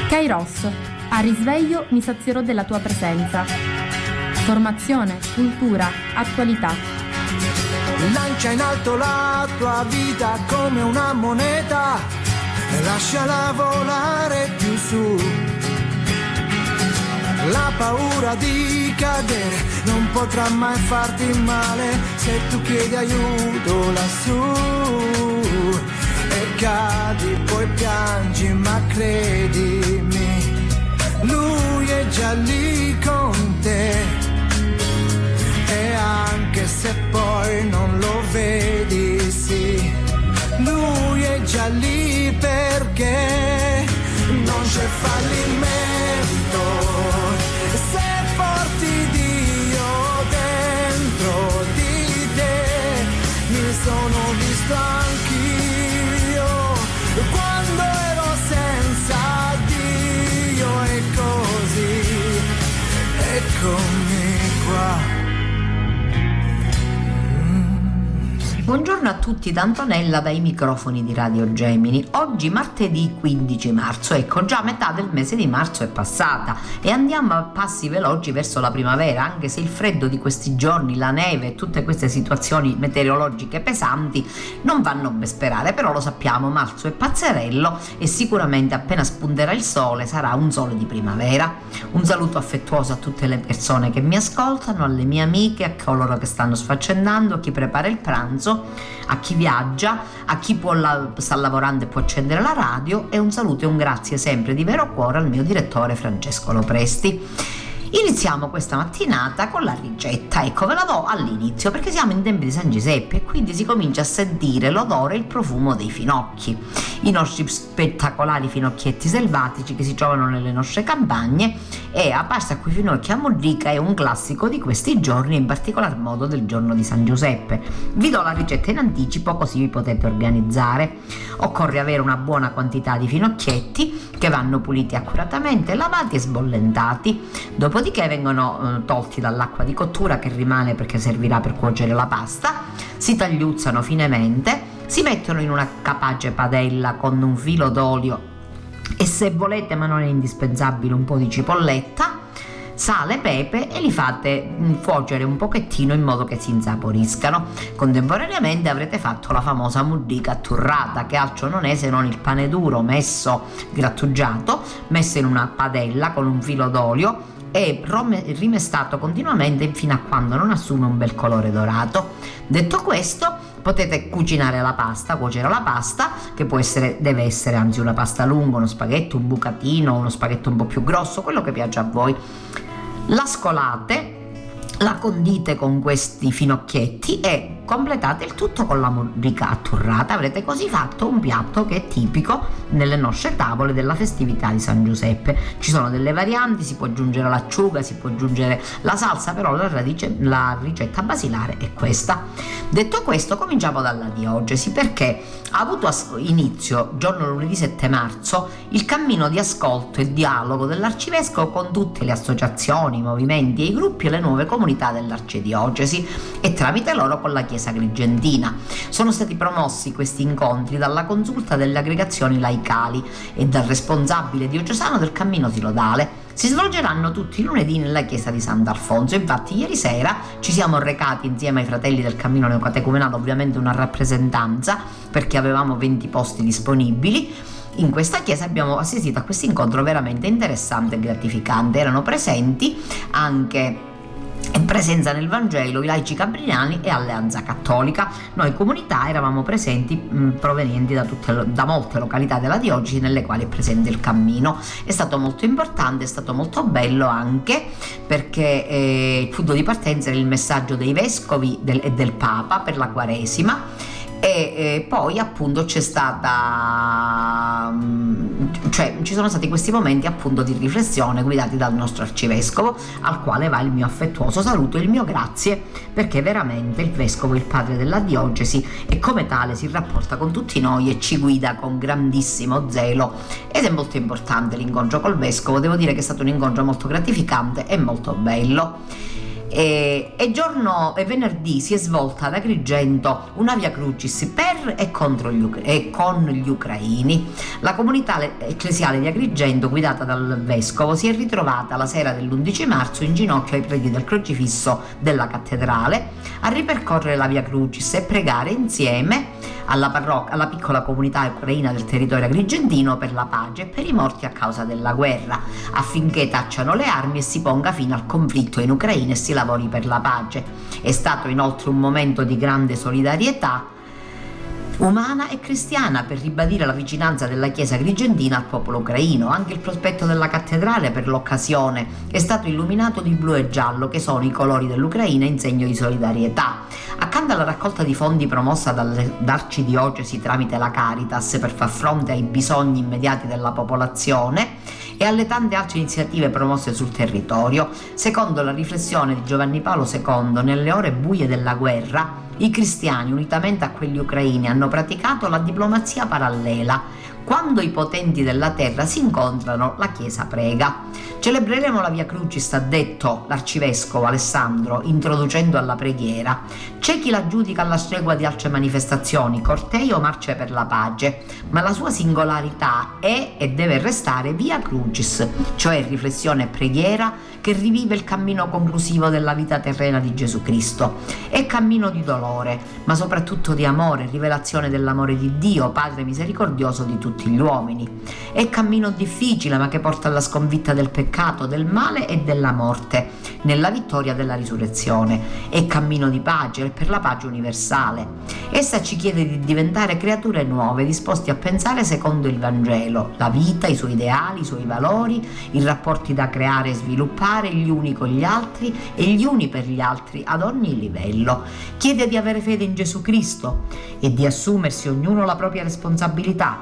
Kairos, a risveglio mi sazierò della tua presenza. Formazione, cultura, attualità. Lancia in alto la tua vita come una moneta e lasciala volare più su. La paura di cadere non potrà mai farti male se tu chiedi aiuto lassù. E cadi, poi piangi, ma credimi, lui è già lì con te. E anche se poi non lo vedi, sì, lui è già lì perché non c'è fallimento se porti Dio dentro di te. Mi sono visto anch'io quando ero senza Dio, e così eccomi qua. Buongiorno a tutti da Antonella dai microfoni di Radio Gemini. Oggi martedì 15 marzo, ecco, già metà del mese di marzo è passata e andiamo a passi veloci verso la primavera, anche se il freddo di questi giorni, la neve e tutte queste situazioni meteorologiche pesanti non fanno ben sperare, però lo sappiamo, marzo è pazzerello e sicuramente appena spunterà il sole sarà un sole di primavera. Un saluto affettuoso a tutte le persone che mi ascoltano, alle mie amiche, a coloro che stanno sfaccendando, a chi prepara il pranzo, a chi viaggia, a chi sta lavorando e può accendere la radio, e un saluto e un grazie sempre di vero cuore al mio direttore Francesco Lopresti. Iniziamo questa mattinata con la ricetta, ecco, ve la do all'inizio perché siamo in tempi di San Giuseppe e quindi si comincia a sentire l'odore e il profumo dei finocchi, i nostri spettacolari finocchietti selvatici che si trovano nelle nostre campagne, e a pasta coi finocchi a mollica è un classico di questi giorni, in particolar modo del giorno di San Giuseppe. Vi do la ricetta in anticipo così vi potete organizzare. Occorre avere una buona quantità di finocchietti che vanno puliti accuratamente, lavati e sbollentati. Dopodiché vengono tolti dall'acqua di cottura che rimane perché servirà per cuocere la pasta, si tagliuzzano finemente, si mettono in una capace padella con un filo d'olio e, se volete ma non è indispensabile, un po' di cipolletta, sale, pepe, e li fate cuocere un pochettino in modo che si insaporiscano. Contemporaneamente avrete fatto la famosa mollica atturrata, che altro non è se non il pane duro grattugiato, messo in una padella con un filo d'olio e rimestato continuamente fino a quando non assume un bel colore dorato. Detto questo, potete cuocere la pasta, che deve essere anzi una pasta lunga, uno spaghetto, un bucatino, uno spaghetto un po' più grosso, quello che piace a voi. La scolate, la condite con questi finocchietti e completate il tutto con la mollica atturrata. Avrete così fatto un piatto che è tipico nelle nostre tavole della festività di San Giuseppe. Ci sono delle varianti, si può aggiungere l'acciuga, si può aggiungere la salsa, però la ricetta basilare è questa. Detto questo, cominciamo dalla diogesi, perché ha avuto inizio giorno lunedì 7 marzo il cammino di ascolto e dialogo dell'arcivescovo con tutte le associazioni, i movimenti e i gruppi e le nuove comunità dell'arcidiocesi, e tramite loro con la Chiesa Agrigentina. Sono stati promossi questi incontri dalla consulta delle aggregazioni laicali e dal responsabile diocesano del cammino sinodale. Si svolgeranno tutti i lunedì nella chiesa di Sant'Alfonso. Infatti ieri sera ci siamo recati insieme ai fratelli del cammino neocatecumenale, ovviamente una rappresentanza perché avevamo 20 posti disponibili. In questa chiesa abbiamo assistito a questo incontro veramente interessante e gratificante. Erano presenti anche in presenza nel Vangelo i laici cabriniani e Alleanza Cattolica. Noi comunità eravamo presenti provenienti da molte località della diocesi nelle quali è presente il cammino. È stato molto importante, è stato molto bello anche perché il punto di partenza era il messaggio dei vescovi e del Papa per la Quaresima. E poi appunto ci sono stati questi momenti appunto di riflessione guidati dal nostro arcivescovo, al quale va il mio affettuoso saluto e il mio grazie, perché veramente il vescovo è il padre della diocesi e come tale si rapporta con tutti noi e ci guida con grandissimo zelo, ed è molto importante l'incontro col vescovo. Devo dire che è stato un incontro molto gratificante e molto bello. e venerdì si è svolta ad Agrigento una Via Crucis per e con gli ucraini. La comunità ecclesiale di Agrigento, guidata dal vescovo, si è ritrovata la sera dell'11 marzo in ginocchio ai piedi del crocifisso della cattedrale a ripercorrere la Via Crucis e pregare insieme alla piccola comunità ucraina del territorio agrigentino per la pace e per i morti a causa della guerra, affinché tacciano le armi e si ponga fine al conflitto in Ucraina e si lavori per la pace. È stato inoltre un momento di grande solidarietà umana e cristiana per ribadire la vicinanza della Chiesa agrigentina al popolo ucraino. Anche il prospetto della cattedrale per l'occasione è stato illuminato di blu e giallo, che sono i colori dell'Ucraina in segno di solidarietà. Accanto alla raccolta di fondi promossa dall'Arcidiocesi tramite la Caritas per far fronte ai bisogni immediati della popolazione e alle tante altre iniziative promosse sul territorio, secondo la riflessione di Giovanni Paolo II, nelle ore buie della guerra i cristiani, unitamente a quelli ucraini, hanno praticato la diplomazia parallela. Quando i potenti della terra si incontrano, la Chiesa prega. Celebreremo la Via Crucis, ha detto l'arcivescovo Alessandro, introducendo alla preghiera. C'è chi la giudica alla stregua di altre manifestazioni, cortei o marce per la pace, ma la sua singolarità è e deve restare Via Crucis, cioè riflessione e preghiera che rivive il cammino conclusivo della vita terrena di Gesù Cristo. È cammino di dolore, ma soprattutto di amore, rivelazione dell'amore di Dio, Padre misericordioso di tutti gli uomini. È cammino difficile, ma che porta alla sconfitta del peccato, del male e della morte, nella vittoria della risurrezione. È cammino di pace e per la pace universale. Essa ci chiede di diventare creature nuove, disposti a pensare secondo il Vangelo, la vita, i suoi ideali, i suoi valori, i rapporti da creare e sviluppare, gli uni con gli altri e gli uni per gli altri ad ogni livello. Chiede di avere fede in Gesù Cristo e di assumersi ognuno la propria responsabilità.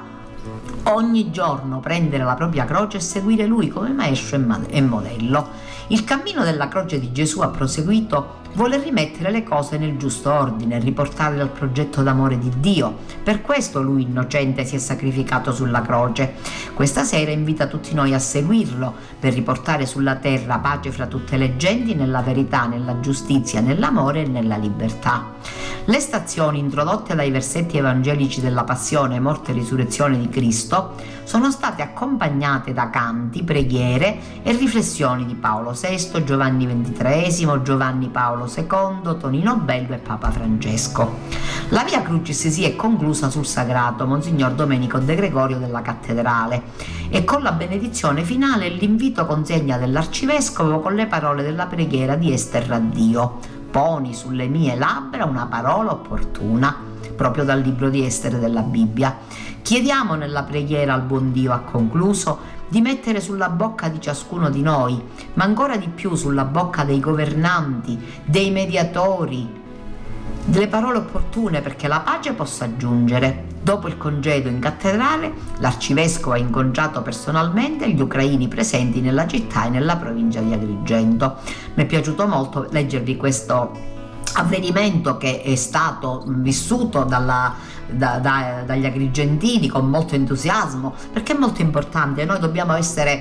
Ogni giorno prendere la propria croce e seguire Lui come maestro e modello. Il cammino della croce di Gesù, ha proseguito, vuole rimettere le cose nel giusto ordine, riportarle al progetto d'amore di Dio. Per questo Lui innocente si è sacrificato sulla croce. Questa sera invita tutti noi a seguirlo, per riportare sulla terra pace fra tutte le genti, nella verità, nella giustizia, nell'amore e nella libertà. Le stazioni introdotte dai versetti evangelici della passione, morte e risurrezione di Cristo sono state accompagnate da canti, preghiere e riflessioni di Paolo VI, Giovanni XXIII, Giovanni Paolo II, Tonino Bello e Papa Francesco. La Via Crucis si è conclusa sul sagrato Monsignor Domenico De Gregorio della cattedrale e con la benedizione finale l'invito consegna dell'arcivescovo con le parole della preghiera di Ester a Dio: poni sulle mie labbra una parola opportuna, proprio dal libro di Estere della Bibbia. Chiediamo nella preghiera al buon Dio, ha concluso, di mettere sulla bocca di ciascuno di noi, ma ancora di più sulla bocca dei governanti, dei mediatori, delle parole opportune perché la pace possa giungere. Dopo il congedo in cattedrale, l'arcivescovo ha incontrato personalmente gli ucraini presenti nella città e nella provincia di Agrigento. Mi è piaciuto molto leggervi questo avvenimento che è stato vissuto dagli agrigentini con molto entusiasmo, perché è molto importante. Noi dobbiamo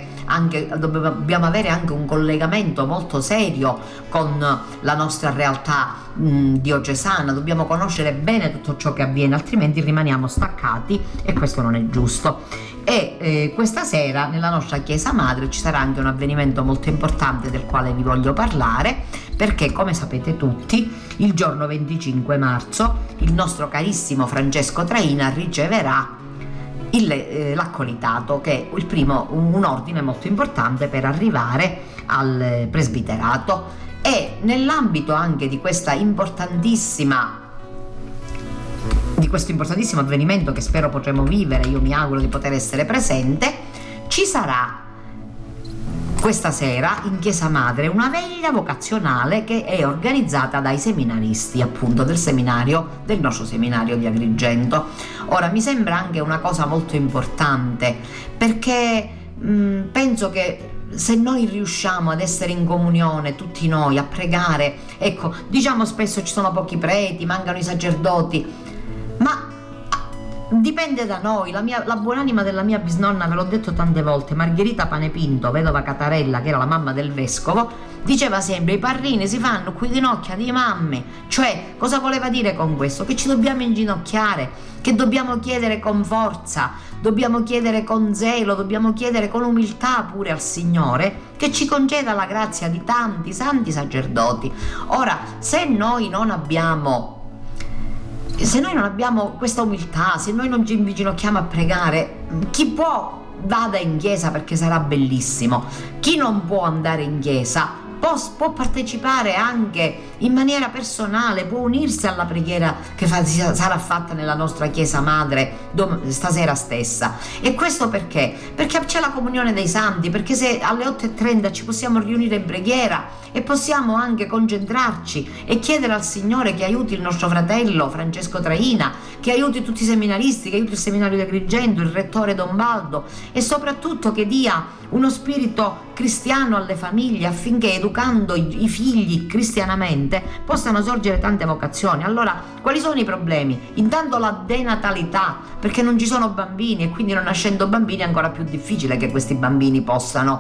avere anche un collegamento molto serio con la nostra realtà diocesana, dobbiamo conoscere bene tutto ciò che avviene, altrimenti rimaniamo staccati e questo non è giusto. E questa sera nella nostra chiesa madre ci sarà anche un avvenimento molto importante del quale vi voglio parlare, perché come sapete tutti il giorno 25 marzo il nostro carissimo Francesco Traina riceverà l'accolitato, che è un ordine molto importante per arrivare al presbiterato. E nell'ambito anche di questo importantissimo avvenimento che spero potremo vivere, io mi auguro di poter essere presente, ci sarà questa sera in Chiesa Madre una veglia vocazionale che è organizzata dai seminaristi, appunto del nostro seminario di Agrigento. Ora mi sembra anche una cosa molto importante, perché penso che se noi riusciamo ad essere in comunione tutti noi, a pregare, diciamo spesso ci sono pochi preti, mancano i sacerdoti, ma dipende da noi. La buonanima della mia bisnonna, ve l'ho detto tante volte, Margherita Panepinto, vedova Catarella, che era la mamma del vescovo, diceva sempre: i parrini si fanno qui ginocchia di mamme. Cioè, cosa voleva dire con questo? Che ci dobbiamo inginocchiare, che dobbiamo chiedere con forza, dobbiamo chiedere con zelo, dobbiamo chiedere con umiltà pure al Signore che ci conceda la grazia di tanti santi sacerdoti. Ora, se noi non abbiamo questa umiltà, se noi non ci inginocchiamo a pregare, chi può vada in chiesa, perché sarà bellissimo. Chi non può andare in chiesa può partecipare anche in maniera personale, può unirsi alla preghiera che sarà fatta nella nostra chiesa madre stasera stessa. E questo perché? Perché c'è la comunione dei santi, perché se alle 8:30 ci possiamo riunire in preghiera e possiamo anche concentrarci e chiedere al Signore che aiuti il nostro fratello Francesco Traina, che aiuti tutti i seminaristi, che aiuti il seminario di Agrigento, il rettore Don Baldo, e soprattutto che dia uno spirito cristiano alle famiglie, affinché educando i figli cristianamente possano sorgere tante vocazioni. Allora, quali sono i problemi? Intanto la denatalità, perché non ci sono bambini, e quindi non nascendo bambini è ancora più difficile che questi bambini possano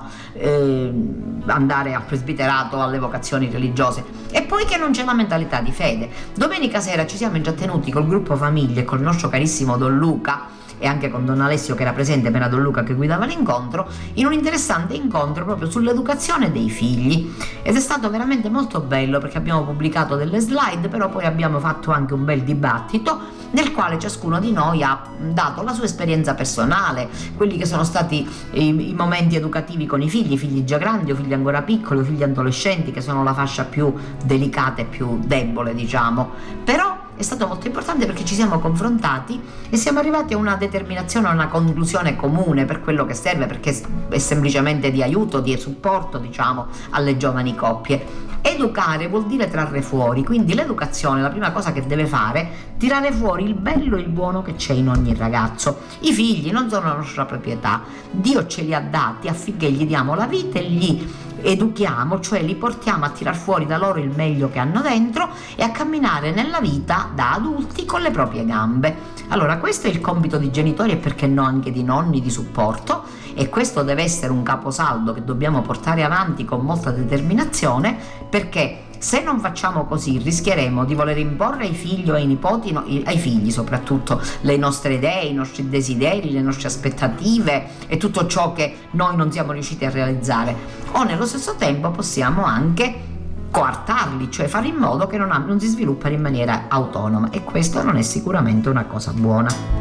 andare al presbiterato, alle vocazioni religiose. E poi che non c'è la mentalità di fede. Domenica sera ci siamo intrattenuti col gruppo famiglie, col nostro carissimo Don Luca, e anche con Don Alessio che era presente, per Don Luca che guidava l'incontro, in un interessante incontro proprio sull'educazione dei figli, ed è stato veramente molto bello, perché abbiamo pubblicato delle slide, però poi abbiamo fatto anche un bel dibattito nel quale ciascuno di noi ha dato la sua esperienza personale, quelli che sono stati i momenti educativi con i figli già grandi o figli ancora piccoli o figli adolescenti, che sono la fascia più delicata e più debole, diciamo. Però è stato molto importante perché ci siamo confrontati e siamo arrivati a una determinazione, a una conclusione comune per quello che serve, perché è semplicemente di aiuto, di supporto, diciamo, alle giovani coppie. Educare vuol dire trarre fuori, quindi l'educazione, la prima cosa che deve fare, tirare fuori il bello e il buono che c'è in ogni ragazzo. I figli non sono la nostra proprietà, Dio ce li ha dati affinché gli diamo la vita e li educhiamo, cioè li portiamo a tirar fuori da loro il meglio che hanno dentro e a camminare nella vita da adulti con le proprie gambe. Allora, questo è il compito di genitori e perché no anche di nonni, di supporto, e questo deve essere un caposaldo che dobbiamo portare avanti con molta determinazione, perché se non facciamo così rischieremo di voler imporre ai figli o ai nipoti, ai figli soprattutto, le nostre idee, i nostri desideri, le nostre aspettative e tutto ciò che noi non siamo riusciti a realizzare, o nello stesso tempo possiamo anche coartarli, cioè fare in modo che non si sviluppino in maniera autonoma, e questo non è sicuramente una cosa buona.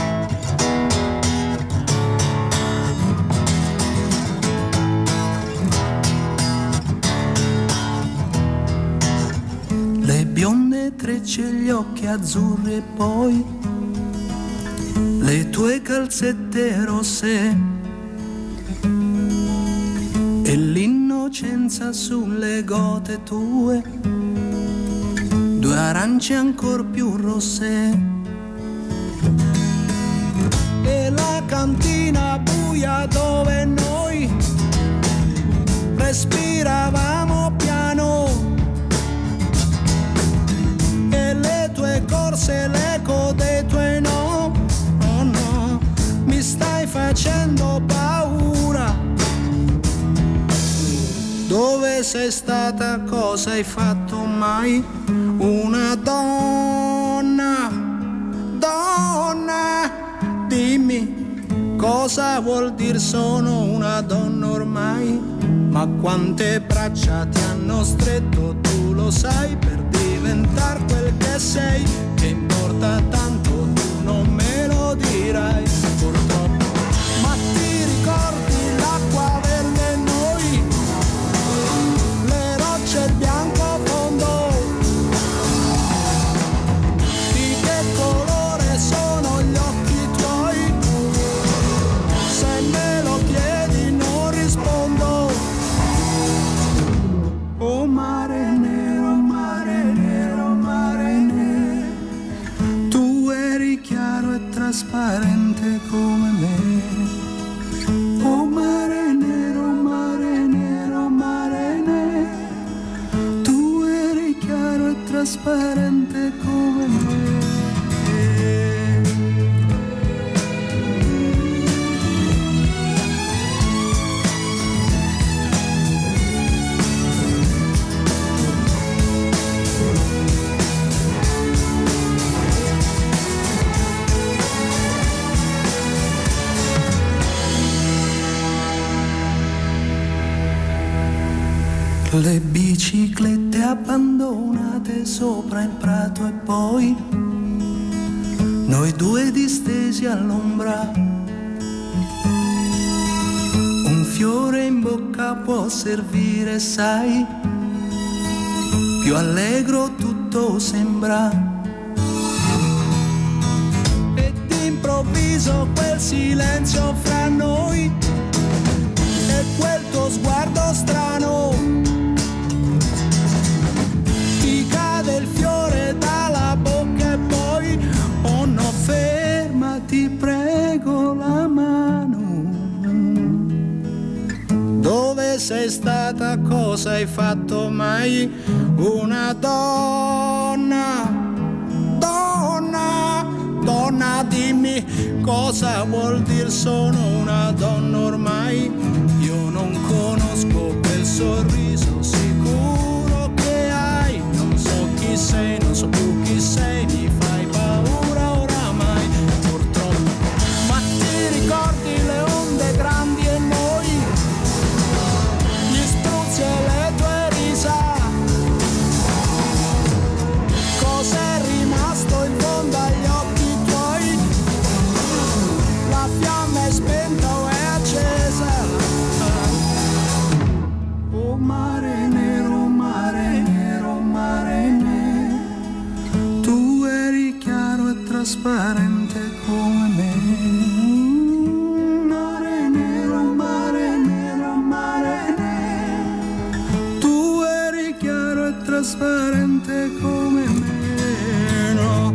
Bionde trecce, gli occhi azzurri e poi le tue calzette rosse e l'innocenza sulle gote tue, due arance ancor più rosse, e la cantina buia dove noi respiravamo piano, e le tue corse, l'eco dei tuoi no, oh no, mi stai facendo paura. Dove sei stata, cosa hai fatto mai? Una donna, donna, dimmi cosa vuol dire sono una donna ormai? Ma quante braccia ti hanno stretto, tu lo sai, per diventare quel che sei, che importa tanto, tu non me lo dirai purtroppo. Ma ti ricordi l'acqua verde e noi, le rocce e il bianco fondo, di che colore sono gli occhi tuoi? Se me lo chiedi non rispondo. Oh mare nero, mare nero, mare nero, tu eri chiaro e trasparente, Le biciclette abbandonate sopra il prato e poi noi due distesi all'ombra. Un fiore in bocca può servire, sai, più allegro tutto sembra. E d'improvviso quel silenzio fra noi e quel tuo sguardo strano. Ti cade il fiore dalla bocca e poi, oh no, fermati, prego, la mano. Dove sei stata, cosa hai fatto mai? Una donna, donna, donna, dimmi cosa vuol dire sono una donna ormai. Io non conosco quel sorriso sicuro che hai. Non so chi sei, non so più chi sei, mi fai paura oramai, purtroppo. Ma ti ricordi le onde grandi e noi, gli spruzzi e le tue risa? Cos'è rimasto in fondo agli occhi tuoi? La fiamma è spenta o è accesa? Oh mare nero, mare nero, mare nero, tu eri chiaro e trasparente come me. Mare nero, mare nero, mare nero, tu eri chiaro e trasparente come me. No.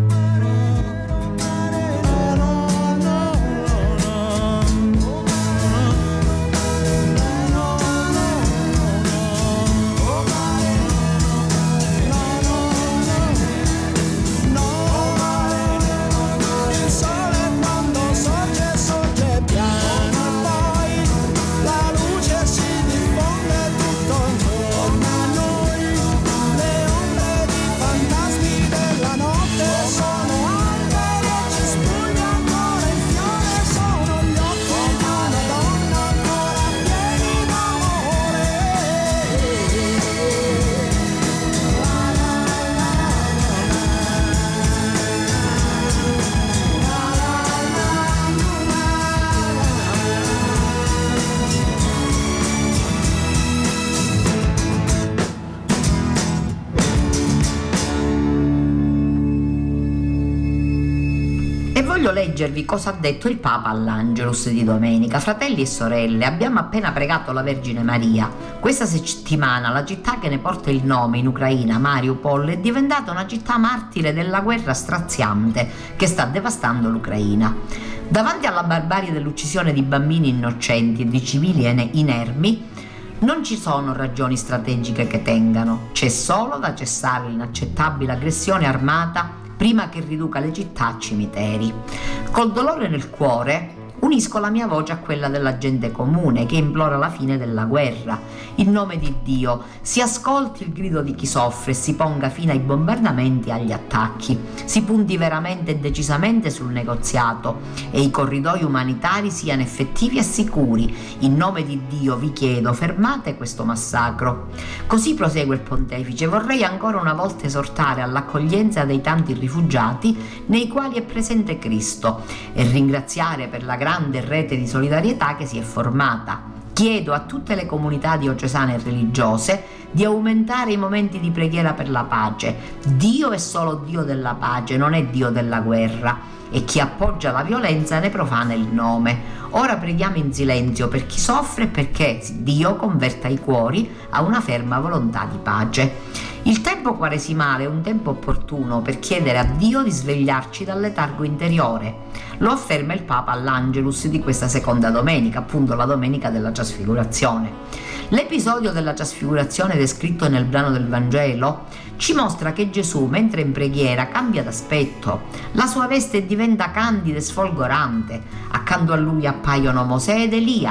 Voglio leggervi cosa ha detto il Papa all'Angelus di domenica. Fratelli e sorelle, abbiamo appena pregato la Vergine Maria. Questa settimana la città che ne porta il nome in Ucraina, Mariupol, è diventata una città martire della guerra straziante che sta devastando l'Ucraina. Davanti alla barbarie dell'uccisione di bambini innocenti e di civili inermi, non ci sono ragioni strategiche che tengano, c'è solo da cessare l'inaccettabile aggressione armata prima che riduca le città a cimiteri. Col dolore nel cuore unisco la mia voce a quella della gente comune che implora la fine della guerra. In nome di Dio, si ascolti il grido di chi soffre e si ponga fine ai bombardamenti e agli attacchi. Si punti veramente e decisamente sul negoziato e i corridoi umanitari siano effettivi e sicuri. In nome di Dio vi chiedo, fermate questo massacro. Così prosegue il pontefice. Vorrei ancora una volta esortare all'accoglienza dei tanti rifugiati nei quali è presente Cristo e ringraziare per la grande rete di solidarietà che si è formata. Chiedo a tutte le comunità diocesane e religiose di aumentare i momenti di preghiera per la pace. Dio è solo Dio della pace, non è Dio della guerra, e chi appoggia la violenza ne profana il nome. Ora preghiamo in silenzio per chi soffre e perché Dio converta i cuori a una ferma volontà di pace. Il tempo quaresimale è un tempo opportuno per chiedere a Dio di svegliarci dal letargo interiore. Lo afferma il Papa all'Angelus di questa seconda domenica, appunto la domenica della Trasfigurazione. L'episodio della Trasfigurazione descritto nel brano del Vangelo ci mostra che Gesù, mentre in preghiera, cambia d'aspetto. La sua veste diventa candida e sfolgorante. Accanto a lui appaiono Mosè ed Elia.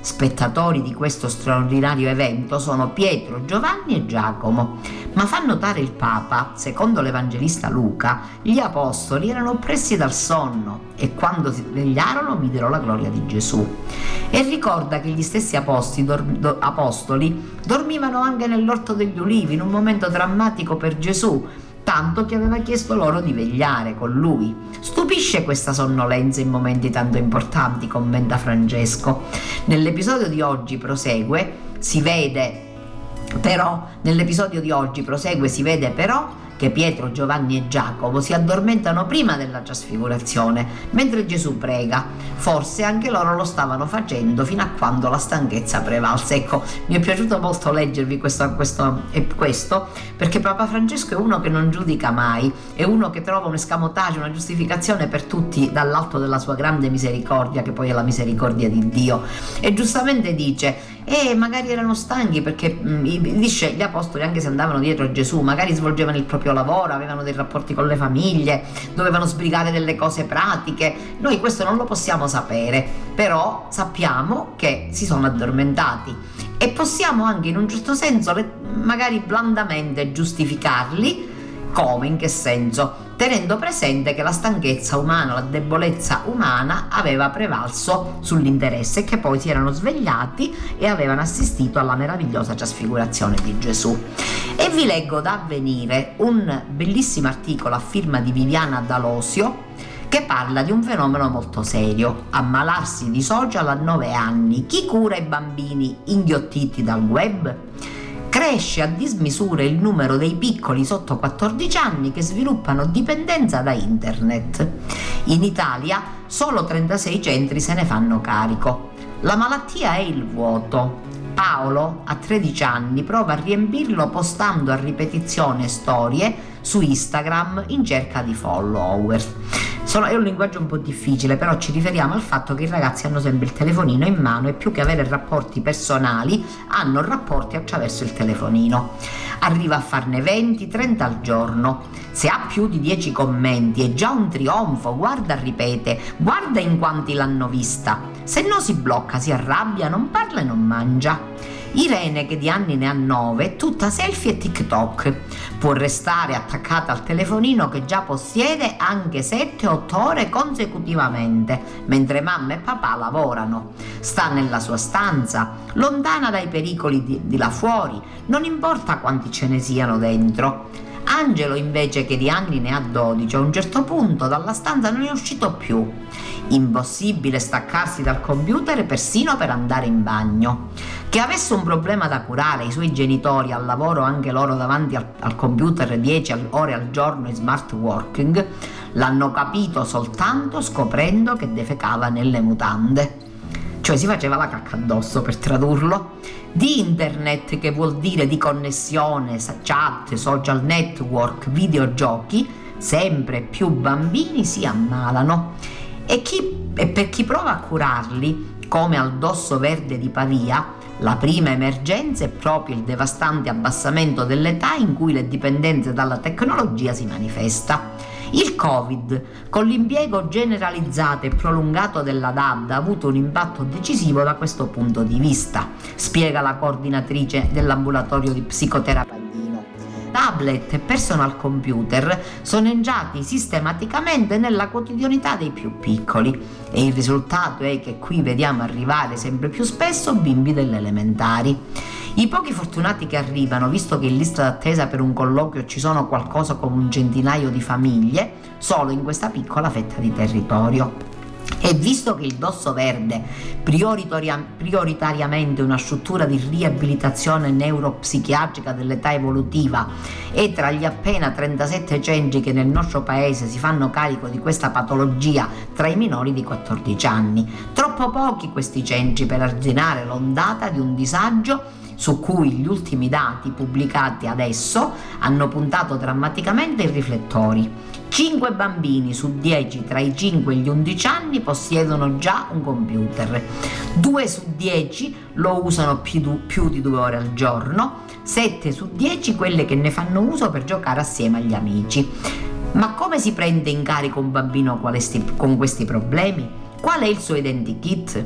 spettatori di questo straordinario evento sono Pietro, Giovanni e Giacomo. Ma fa notare il Papa, secondo l'Evangelista Luca, gli apostoli erano oppressi dal sonno e quando si svegliarono videro la gloria di Gesù. E ricorda che gli stessi apostoli dormivano anche nell'Orto degli Ulivi in un momento drammatico per Gesù, tanto che aveva chiesto loro di vegliare con lui. Stupisce questa sonnolenza in momenti tanto importanti, commenta Francesco. Nell'episodio di oggi prosegue, si vede però che Pietro, Giovanni e Giacomo si addormentano prima della trasfigurazione, mentre Gesù prega. Forse anche loro lo stavano facendo fino a quando la stanchezza prevalse. Ecco, mi è piaciuto molto leggervi questo perché Papa Francesco è uno che non giudica mai, è uno che trova un escamotage, una giustificazione per tutti dall'alto della sua grande misericordia, che poi è la misericordia di Dio. E giustamente dice: magari erano stanchi, perché dice gli apostoli, anche se andavano dietro a Gesù, magari svolgevano il proprio lavoro, avevano dei rapporti con le famiglie, dovevano sbrigare delle cose pratiche. Noi questo non lo possiamo sapere, però sappiamo che si sono addormentati e possiamo anche in un certo senso magari blandamente giustificarli. Come? In che senso? Tenendo presente che la stanchezza umana, la debolezza umana aveva prevalso sull'interesse e che poi si erano svegliati e avevano assistito alla meravigliosa trasfigurazione di Gesù. E vi leggo da Avvenire un bellissimo articolo a firma di Viviana D'Alosio che parla di un fenomeno molto serio: ammalarsi di social a 9 anni. Chi cura i bambini inghiottiti dal web? Cresce a dismisura il numero dei piccoli sotto 14 anni che sviluppano dipendenza da internet. In Italia solo 36 centri se ne fanno carico. La malattia è il vuoto. Paolo, a 13 anni, prova a riempirlo postando a ripetizione storie su Instagram in cerca di follower. È un linguaggio un po' difficile, però ci riferiamo al fatto che i ragazzi hanno sempre il telefonino in mano e più che avere rapporti personali hanno rapporti attraverso il telefonino. Arriva a farne 20-30 al giorno. Se ha più di 10 commenti è già un trionfo. Guarda, ripete, guarda in quanti l'hanno vista. Se no si blocca, si arrabbia, non parla e non mangia. Irene, che di anni ne ha 9, è tutta selfie e TikTok. Può restare attaccata al telefonino che già possiede anche 7-8 ore consecutivamente, mentre mamma e papà lavorano. Sta nella sua stanza, lontana dai pericoli di là fuori, non importa quanti ce ne siano dentro. Angelo, invece, che di anni ne ha 12, a un certo punto dalla stanza non è uscito più. Impossibile staccarsi dal computer persino per andare in bagno. Che avesse un problema da curare, i suoi genitori al lavoro, anche loro davanti al computer 10 ore al giorno in smart working, l'hanno capito soltanto scoprendo che defecava nelle mutande. Cioè si faceva la cacca addosso, per tradurlo. Di internet, che vuol dire di connessione, chat, social network, videogiochi, sempre più bambini si ammalano. E per chi prova a curarli, come al Dosso Verde di Pavia, la prima emergenza è proprio il devastante abbassamento dell'età in cui le dipendenze dalla tecnologia si manifesta. Il Covid, con l'impiego generalizzato e prolungato della DAD, ha avuto un impatto decisivo da questo punto di vista, spiega la coordinatrice dell'ambulatorio di psicoterapia. Tablet e personal computer sono entrati sistematicamente nella quotidianità dei più piccoli e il risultato è che qui vediamo arrivare sempre più spesso bimbi delle elementari. I pochi fortunati che arrivano, visto che in lista d'attesa per un colloquio ci sono qualcosa come un centinaio di famiglie, solo in questa piccola fetta di territorio. E visto che il Dosso Verde, prioritariamente una struttura di riabilitazione neuropsichiatrica dell'età evolutiva, è tra gli appena 37 centri che nel nostro paese si fanno carico di questa patologia tra i minori di 14 anni. Troppo pochi questi centri per arginare l'ondata di un disagio su cui gli ultimi dati pubblicati adesso hanno puntato drammaticamente i riflettori. 5 bambini su 10 tra i 5 e gli 11 anni possiedono già un computer, 2 su 10 lo usano più di 2 ore al giorno, 7 su 10 quelle che ne fanno uso per giocare assieme agli amici. Ma come si prende in carico un bambino con questi problemi? Qual è il suo identikit?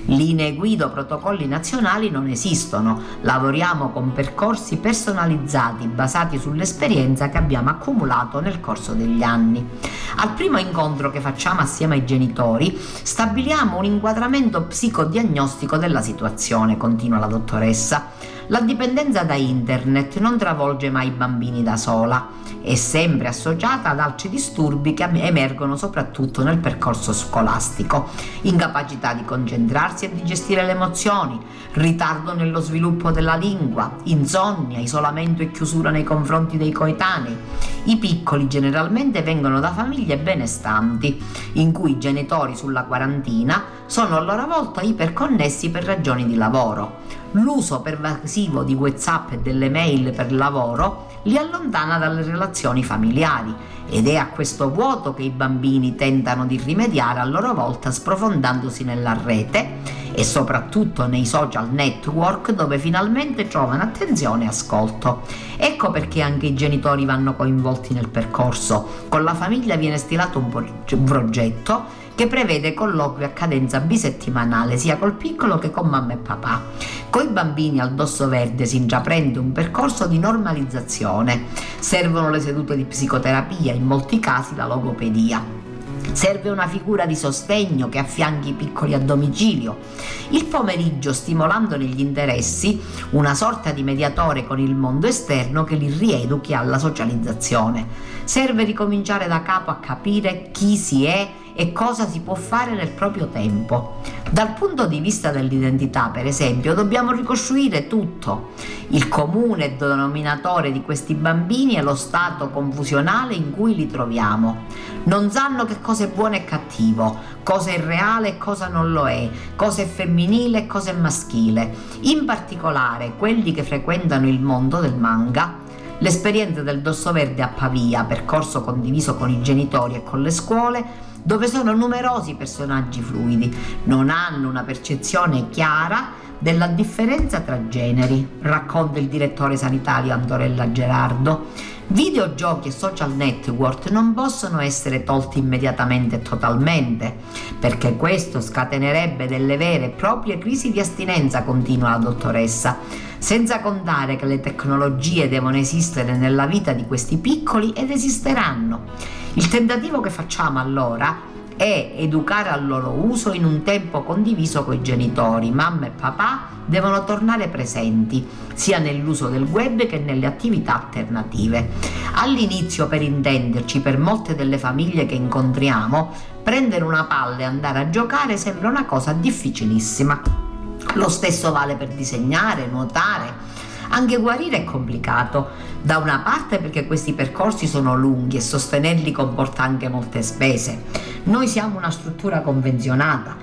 Linee guida o protocolli nazionali non esistono, lavoriamo con percorsi personalizzati basati sull'esperienza che abbiamo accumulato nel corso degli anni. Al primo incontro che facciamo assieme ai genitori stabiliamo un inquadramento psicodiagnostico della situazione, continua la dottoressa. La dipendenza da internet non travolge mai i bambini da sola, è sempre associata ad altri disturbi che emergono soprattutto nel percorso scolastico: incapacità di concentrarsi e di gestire le emozioni, ritardo nello sviluppo della lingua, insonnia, isolamento e chiusura nei confronti dei coetanei. I piccoli generalmente vengono da famiglie benestanti, in cui i genitori sulla quarantina sono a loro volta iperconnessi per ragioni di lavoro. L'uso pervasivo di WhatsApp e delle mail per il lavoro li allontana dalle relazioni familiari ed è a questo vuoto che i bambini tentano di rimediare a loro volta sprofondandosi nella rete e soprattutto nei social network, dove finalmente trovano attenzione e ascolto. Ecco perché anche i genitori vanno coinvolti nel percorso. Con la famiglia viene stilato un progetto che prevede colloqui a cadenza bisettimanale sia col piccolo che con mamma e papà. Coi bambini al Dosso Verde si intraprende un percorso di normalizzazione. Servono le sedute di psicoterapia, in molti casi la logopedia. Serve una figura di sostegno che affianchi i piccoli a domicilio. Il pomeriggio, stimolando negli interessi, una sorta di mediatore con il mondo esterno che li rieduchi alla socializzazione. Serve ricominciare da capo a capire chi si è e cosa si può fare nel proprio tempo. Dal punto di vista dell'identità, per esempio, dobbiamo ricostruire tutto. Il comune denominatore di questi bambini è lo stato confusionale in cui li troviamo. Non sanno che cosa è buono e cattivo, cosa è reale e cosa non lo è, cosa è femminile e cosa è maschile. In particolare quelli che frequentano il mondo del manga. L'esperienza del Dosso Verde a Pavia, percorso condiviso con i genitori e con le scuole, dove sono numerosi personaggi fluidi, non hanno una percezione chiara della differenza tra generi, racconta il direttore sanitario Antonella Gerardo. Videogiochi e social network non possono essere tolti immediatamente e totalmente, perché questo scatenerebbe delle vere e proprie crisi di astinenza, continua la dottoressa, senza contare che le tecnologie devono esistere nella vita di questi piccoli ed esisteranno. Il tentativo che facciamo allora è educare al loro uso in un tempo condiviso con i genitori. Mamma e papà devono tornare presenti sia nell'uso del web che nelle attività alternative. All'inizio, per intenderci, per molte delle famiglie che incontriamo, prendere una palla e andare a giocare sembra una cosa difficilissima. Lo stesso vale per disegnare, nuotare. Anche guarire è complicato, da una parte perché questi percorsi sono lunghi e sostenerli comporta anche molte spese. Noi siamo una struttura convenzionata.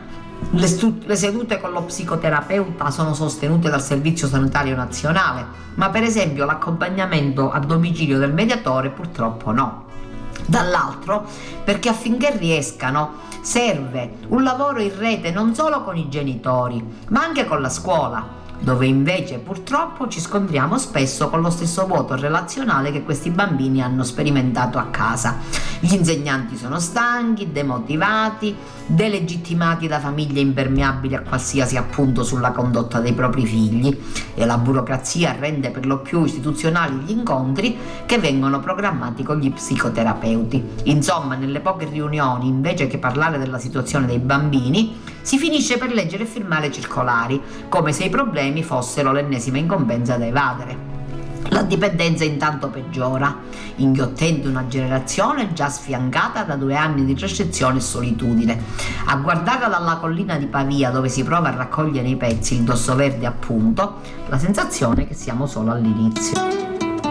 Le sedute con lo psicoterapeuta sono sostenute dal Servizio Sanitario Nazionale, ma per esempio l'accompagnamento a domicilio del mediatore purtroppo no. Dall'altro perché affinché riescano serve un lavoro in rete non solo con i genitori, ma anche con la scuola, dove invece purtroppo ci scontriamo spesso con lo stesso vuoto relazionale che questi bambini hanno sperimentato a casa. Gli insegnanti sono stanchi, demotivati, delegittimati da famiglie impermeabili a qualsiasi appunto sulla condotta dei propri figli, e la burocrazia rende per lo più istituzionali gli incontri che vengono programmati con gli psicoterapeuti. Insomma, nelle poche riunioni, invece che parlare della situazione dei bambini, si finisce per leggere e firmare circolari, come se i problemi fossero l'ennesima incombenza da evadere. La dipendenza intanto peggiora, inghiottendo una generazione già sfiancata da 2 anni di recessione e solitudine. A guardarla dalla collina di Pavia, dove si prova a raccogliere i pezzi, il Dosso Verde appunto, la sensazione è che siamo solo all'inizio.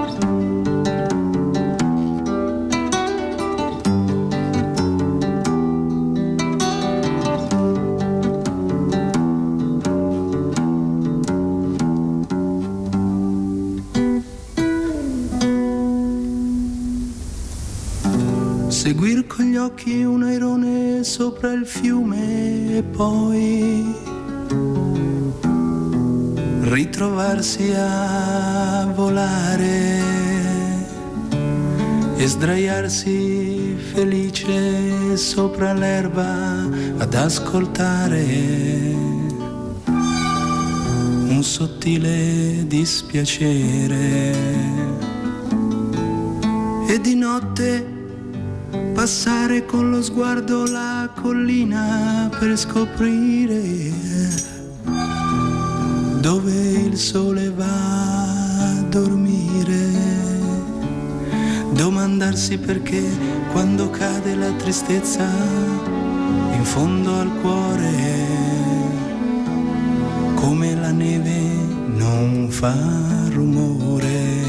Seguir con gli occhi un airone sopra il fiume e poi ritrovarsi a volare e sdraiarsi felice sopra l'erba ad ascoltare sottile dispiacere. E di notte passare con lo sguardo la collina per scoprire dove il sole va a dormire. Domandarsi perché quando cade la tristezza in fondo al cuore, come la neve non fa rumore.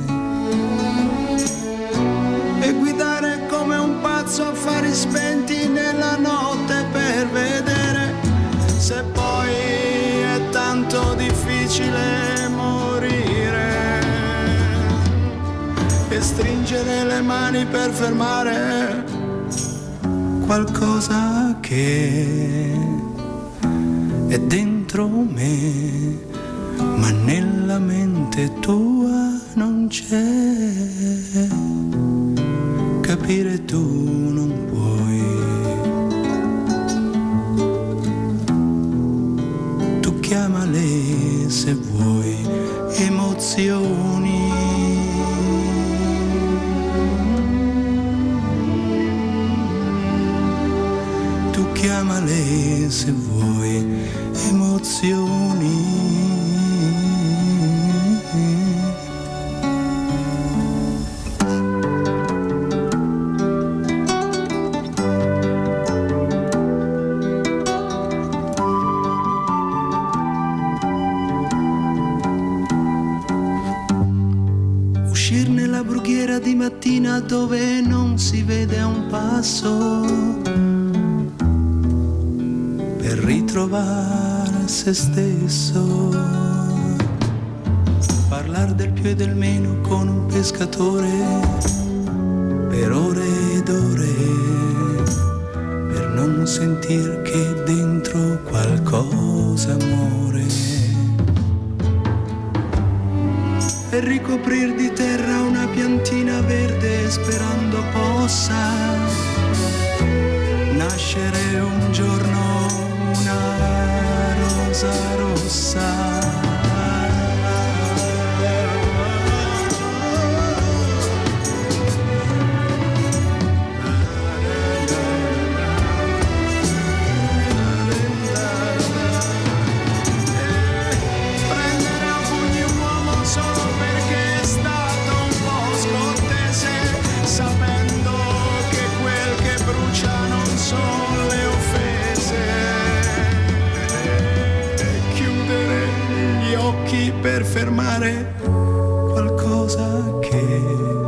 E guidare come un pazzo, affari spenti nella notte per vedere se poi è tanto difficile morire. E stringere le mani per fermare qualcosa che è dentro me, ma nella mente tua non c'è. Capire tu non puoi. Tu chiamale se vuoi emozioni. Tu chiamale se vuoi emozioni. Di mattina dove non si vede a un passo, per ritrovare se stesso, parlar del più e del meno con un pescatore per ore ed ore, per non sentir che dentro qualcosa muore. E ricoprir di terra una piantina verde sperando possa nascere un giorno una rosa rossa. Per fermare qualcosa che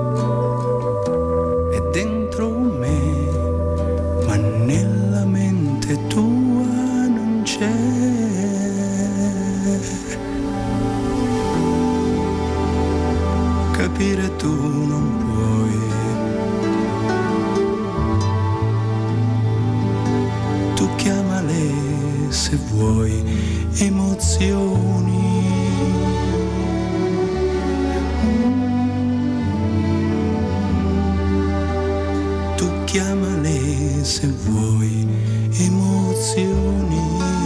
è dentro me, ma nella mente tua non c'è. Capire tu non puoi. Tu chiamale se vuoi emozioni. Chiamale se vuoi emozioni.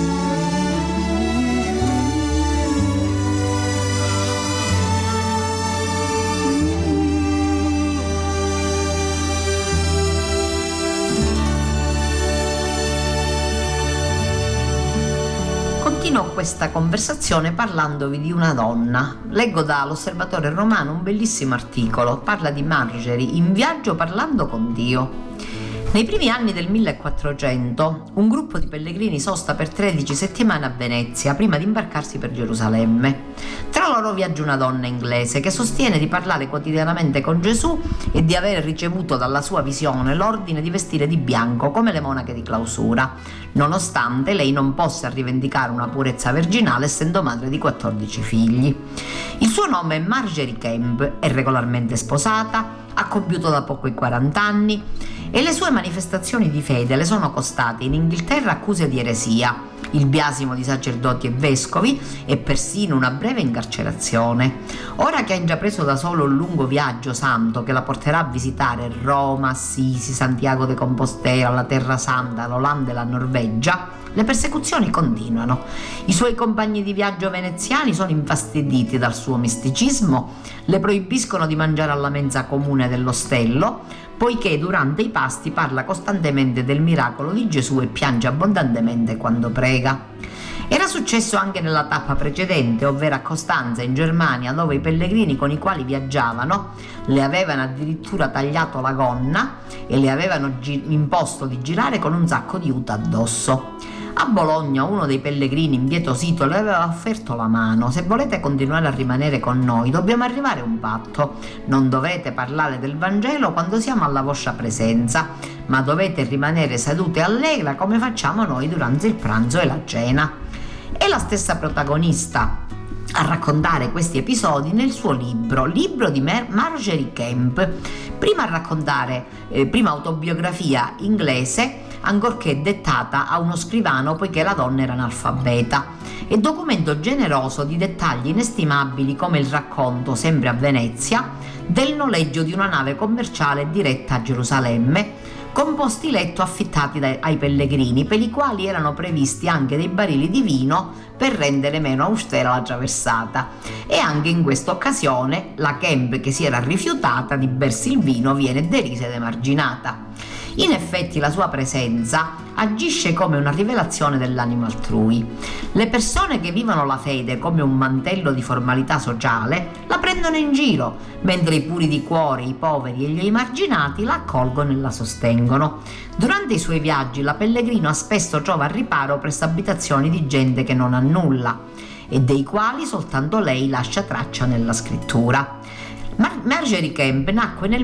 Continuo questa conversazione parlandovi di una donna. Leggo dall'Osservatore Romano un bellissimo articolo. Parla di Margery in viaggio parlando con Dio. Nei primi anni del 1400 un gruppo di pellegrini sosta per 13 settimane a Venezia prima di imbarcarsi per Gerusalemme. Tra loro viaggia una donna inglese che sostiene di parlare quotidianamente con Gesù e di aver ricevuto dalla sua visione l'ordine di vestire di bianco come le monache di clausura, nonostante lei non possa rivendicare una purezza virginale essendo madre di 14 figli. Il suo nome è Margery Kemp, è regolarmente sposata, ha compiuto da poco i 40 anni e le sue manifestazioni di fede le sono costate in Inghilterra accuse di eresia, il biasimo di sacerdoti e vescovi e persino una breve incarcerazione. Ora che ha intrapreso da solo un lungo viaggio santo che la porterà a visitare Roma, Assisi, Santiago de Compostela, la Terra Santa, l'Olanda e la Norvegia, Le persecuzioni continuano. I suoi compagni di viaggio veneziani sono infastiditi dal suo misticismo, le proibiscono di mangiare alla mensa comune dell'ostello, poiché durante i pasti parla costantemente del miracolo di Gesù e piange abbondantemente quando prega. Era successo anche nella tappa precedente, ovvero a Costanza in Germania, dove i pellegrini con i quali viaggiavano le avevano addirittura tagliato la gonna e le avevano imposto di girare con un sacco di juta addosso. A Bologna uno dei pellegrini, impietosito, le aveva offerto la mano: se volete continuare a rimanere con noi dobbiamo arrivare a un patto, non dovete parlare del Vangelo quando siamo alla vostra presenza, ma dovete rimanere sedute e allegra come facciamo noi durante il pranzo e la cena. È la stessa protagonista a raccontare questi episodi nel suo libro di Margery Kempe, prima autobiografia inglese, ancorché dettata a uno scrivano poiché la donna era analfabeta, e documento generoso di dettagli inestimabili come il racconto, sempre a Venezia, del noleggio di una nave commerciale diretta a Gerusalemme, con posti letto affittati ai pellegrini, per i quali erano previsti anche dei barili di vino per rendere meno austera la traversata. E anche in questa occasione la Kempe, che si era rifiutata di bersi il vino, viene derisa ed emarginata. In effetti la sua presenza agisce come una rivelazione dell'animo altrui. Le persone che vivono la fede come un mantello di formalità sociale la prendono in giro, mentre i puri di cuore, i poveri e gli emarginati la accolgono e la sostengono. Durante i suoi viaggi la pellegrina spesso trova riparo presso abitazioni di gente che non ha nulla e dei quali soltanto lei lascia traccia nella scrittura. Margery Kempe nacque nel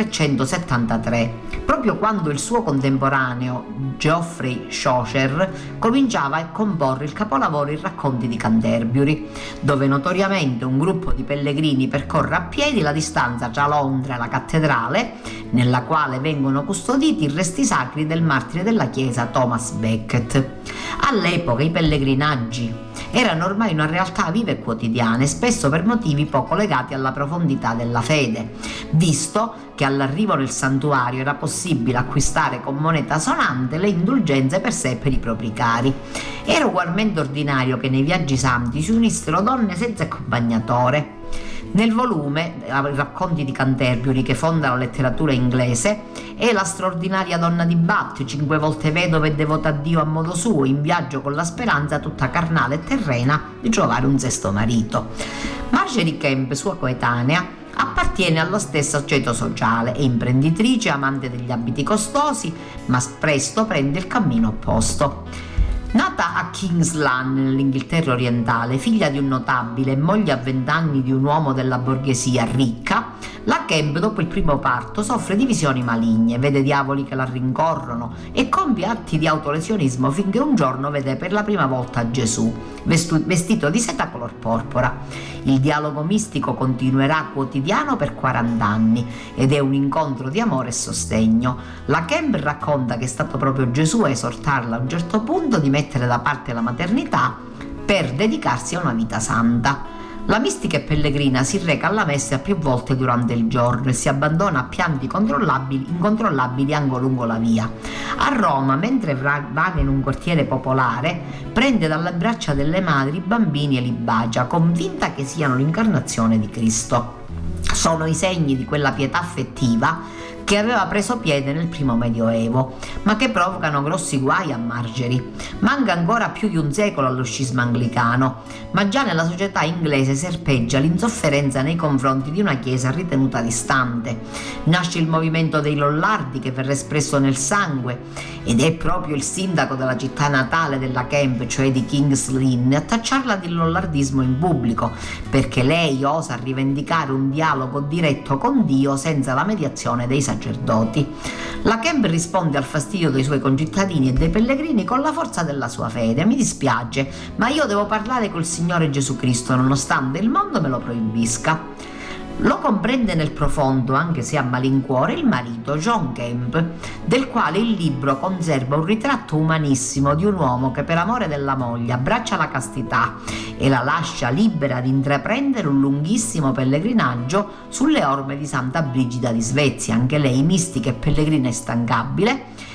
1373, proprio quando il suo contemporaneo Geoffrey Chaucer cominciava a comporre il capolavoro I Racconti di Canterbury, dove notoriamente un gruppo di pellegrini percorre a piedi la distanza tra Londra e la cattedrale, nella quale vengono custoditi i resti sacri del martire della chiesa Thomas Becket. All'epoca i pellegrinaggi erano ormai una realtà viva e quotidiana, e spesso per motivi poco legati alla profondità della fede, visto che all'arrivo nel santuario era possibile acquistare con moneta sonante le indulgenze per sé e per i propri cari. Era ugualmente ordinario che nei viaggi santi si unissero donne senza accompagnatore. Nel volume I Racconti di Canterbury, che fonda la letteratura inglese, è la straordinaria donna di Bath, 5 volte vedova e devota a Dio a modo suo, in viaggio con la speranza tutta carnale e terrena di trovare un sesto marito. Margery Kempe, sua coetanea, appartiene allo stesso ceto sociale, è imprenditrice, amante degli abiti costosi, ma presto prende il cammino opposto. Nata a Kingsland, nell'Inghilterra orientale, figlia di un notabile e moglie a 20 anni di un uomo della borghesia ricca, la Kempe dopo il primo parto soffre di visioni maligne, vede diavoli che la rincorrono e compie atti di autolesionismo finché un giorno vede per la prima volta Gesù, vestito di seta color porpora. Il dialogo mistico continuerà quotidiano per 40 anni ed è un incontro di amore e sostegno. La Kempe racconta che è stato proprio Gesù a esortarla a un certo punto di mettere da parte la maternità per dedicarsi a una vita santa. La mistica e pellegrina si reca alla messa più volte durante il giorno e si abbandona a pianti incontrollabili anche lungo la via. A Roma, mentre vaga in un quartiere popolare, prende dalle braccia delle madri i bambini e li bacia, convinta che siano l'incarnazione di Cristo. Sono i segni di quella pietà affettiva che aveva preso piede nel primo medioevo, ma che provocano grossi guai a Margery. Manca ancora più di un secolo allo scisma anglicano, ma già nella società inglese serpeggia l'insofferenza nei confronti di una chiesa ritenuta distante. Nasce il movimento dei Lollardi, che verrà espresso nel sangue, ed è proprio il sindaco della città natale della Kempe, cioè di King's Lynn, a tacciarla di lollardismo in pubblico, perché lei osa rivendicare un dialogo diretto con Dio senza la mediazione dei sacerdoti. La Kempe risponde al fastidio dei suoi concittadini e dei pellegrini con la forza della sua fede: mi dispiace, ma io devo parlare col Signore Gesù Cristo nonostante il mondo me lo proibisca. Lo comprende nel profondo, anche se a malincuore, il marito John Kempe, del quale il libro conserva un ritratto umanissimo di un uomo che per amore della moglie abbraccia la castità e la lascia libera di intraprendere un lunghissimo pellegrinaggio sulle orme di Santa Brigida di Svezia, anche lei mistica e pellegrina instancabile,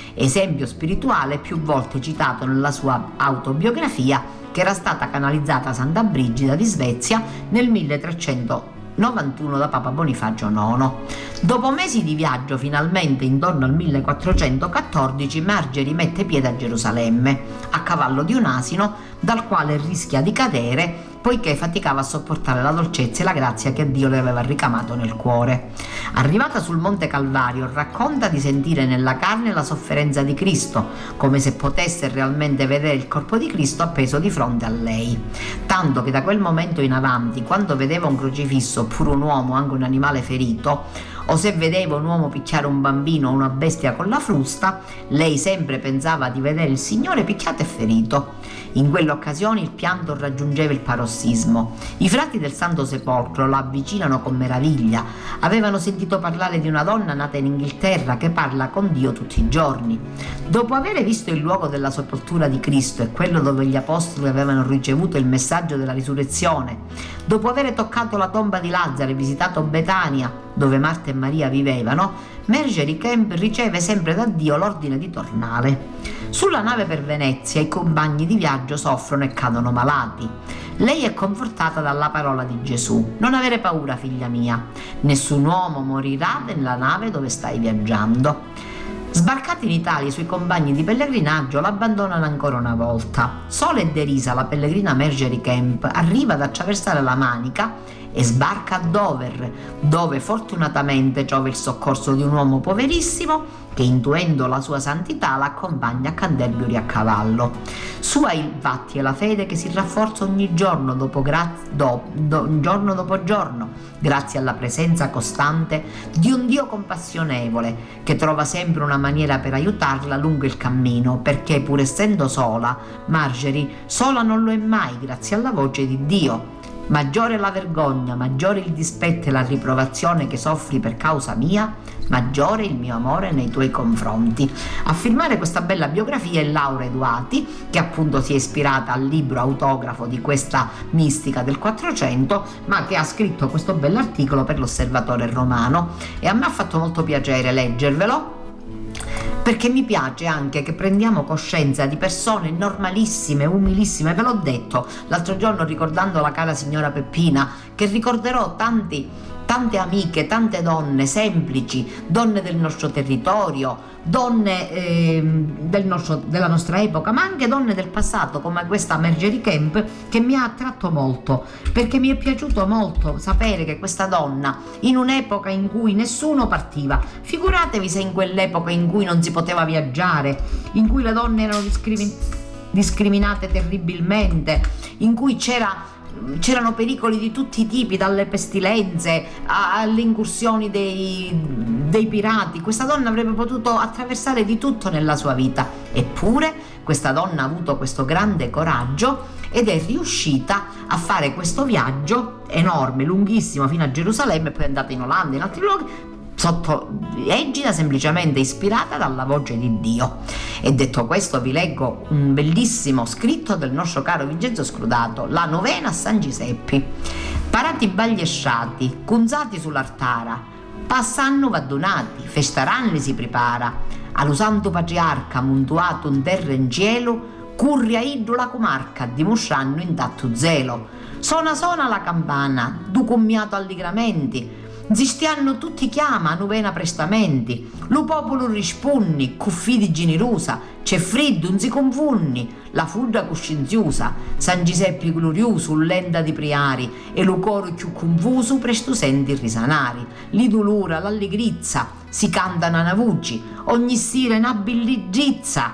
esempio spirituale più volte citato nella sua autobiografia, che era stata canalizzata a Santa Brigida di Svezia nel 1391 da Papa Bonifacio IX. Dopo mesi di viaggio, finalmente intorno al 1414, Margery mette piede a Gerusalemme, a cavallo di un asino dal quale rischia di cadere poiché faticava a sopportare la dolcezza e la grazia che Dio le aveva ricamato nel cuore. Arrivata sul Monte Calvario, racconta di sentire nella carne la sofferenza di Cristo, come se potesse realmente vedere il corpo di Cristo appeso di fronte a lei. Tanto che da quel momento in avanti, quando vedeva un crocifisso oppure un uomo, anche un animale ferito, o se vedeva un uomo picchiare un bambino o una bestia con la frusta, lei sempre pensava di vedere il Signore picchiato e ferito. In quelle occasioni il pianto raggiungeva il parossismo. I frati del Santo Sepolcro la avvicinano con meraviglia. Avevano sentito parlare di una donna nata in Inghilterra che parla con Dio tutti i giorni. Dopo aver visto il luogo della sepoltura di Cristo e quello dove gli apostoli avevano ricevuto il messaggio della risurrezione, dopo aver toccato la tomba di Lazzaro e visitato Betania, dove Marta e Maria vivevano, Margery Kemp riceve sempre da Dio l'ordine di tornare. Sulla nave per Venezia i compagni di viaggio soffrono e cadono malati. Lei è confortata dalla parola di Gesù: non avere paura, figlia mia, nessun uomo morirà nella nave dove stai viaggiando. Sbarcati in Italia, i suoi compagni di pellegrinaggio l'abbandonano ancora una volta. Sola e derisa, la pellegrina Margery Kemp arriva ad attraversare la Manica e sbarca a Dover, dove fortunatamente trova il soccorso di un uomo poverissimo che, intuendo la sua santità, la accompagna a Canterbury a cavallo. Sua infatti è la fede che si rafforza ogni giorno giorno dopo giorno, grazie alla presenza costante di un Dio compassionevole che trova sempre una maniera per aiutarla lungo il cammino, perché pur essendo sola, Margery sola non lo è mai, grazie alla voce di Dio. Maggiore la vergogna, maggiore il dispetto e la riprovazione che soffri per causa mia, maggiore il mio amore nei tuoi confronti. A firmare questa bella biografia è Laura Eduati, che appunto si è ispirata al libro autografo di questa mistica del 400, ma che ha scritto questo bell'articolo per l'Osservatore Romano, e a me ha fatto molto piacere leggervelo, perché mi piace anche che prendiamo coscienza di persone normalissime, umilissime. Ve l'ho detto l'altro giorno ricordando la cara signora Peppina, che ricorderò tante amiche, tante donne semplici, donne del nostro territorio, donne della nostra epoca, ma anche donne del passato, come questa Margery Kemp, che mi ha attratto molto, perché mi è piaciuto molto sapere che questa donna, in un'epoca in cui nessuno partiva, figuratevi se in quell'epoca in cui non si poteva viaggiare, in cui le donne erano discriminate terribilmente, in cui c'erano pericoli di tutti i tipi, dalle pestilenze alle incursioni dei pirati. Questa donna avrebbe potuto attraversare di tutto nella sua vita, eppure questa donna ha avuto questo grande coraggio ed è riuscita a fare questo viaggio enorme, lunghissimo, fino a Gerusalemme, e poi è andata in Olanda, in altri luoghi, sotto egida, semplicemente ispirata dalla voce di Dio. E detto questo, vi leggo un bellissimo scritto del nostro caro Vincenzo Scrutato, la novena a San Giuseppi. Parati bagliesciati, cunzati sull'artara, passanno vadunati, festaranli si prepara, allo santo patriarca montuato in terra e in cielo, curria iddu la comarca, dimostranno intatto zelo. Sona la campana, du commiato alligramenti, zistianno tutti chiama, nuvena prestamenti, lo popolo rispunni, cuffi di generosa, c'è freddo, non si confunni, la fudda coscienziosa, San Giuseppe glorioso, lenta di priari, e lo coro più confuso, presto senti risanari, li dolora, l'allegrizza, si cantano a voci, ogni sera una belligizza.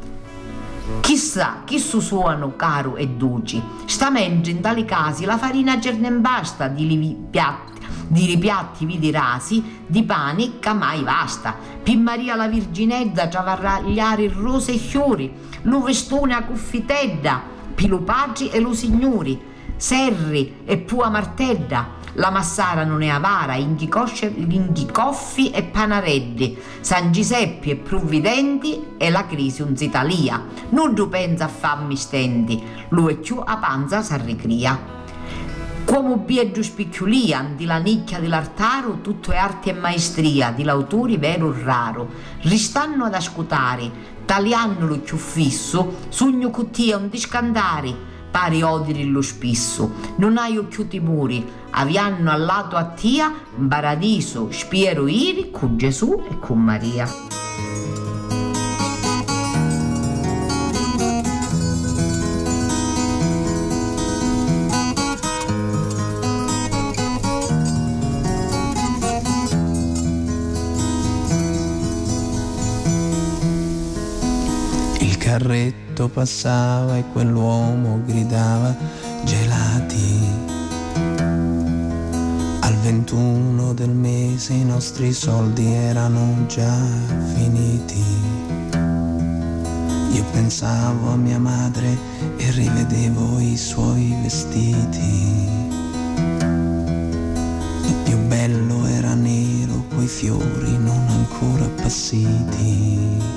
Chissà, chi suonano caro e duci, sta mentre in tali casi la farina cerne basta di ripiatti vidi rasi, di pani che mai basta. Pi Maria la Virginedda travagliare il rose e fiori, lo vestone a cuffitedda, pi lo paggi e lo signori, serri e pua martedda, la massara non è avara, inghi coffi e panareddi, San Giuseppe e provvidenti e la crisi un s'Italia, non tu pensa a fammi stenti, lo e più a panza s'arricria. Come Biagio Spicchiulian, di la nicchia dell'artaro, tutto è arte e maestria, di l'autore vero o raro. Ristanno ad ascoltare, tagliandolo più fisso, sogno cottia un discandare, pari odiri lo spisso. Non hai più timori, avianno al lato a tia, in paradiso, spiero iri, con Gesù e con Maria. Il carretto passava e quell'uomo gridava gelati. Al 21 del mese i nostri soldi erano già finiti. Io pensavo a mia madre e rivedevo i suoi vestiti. Il più bello era nero coi fiori non ancora appassiti.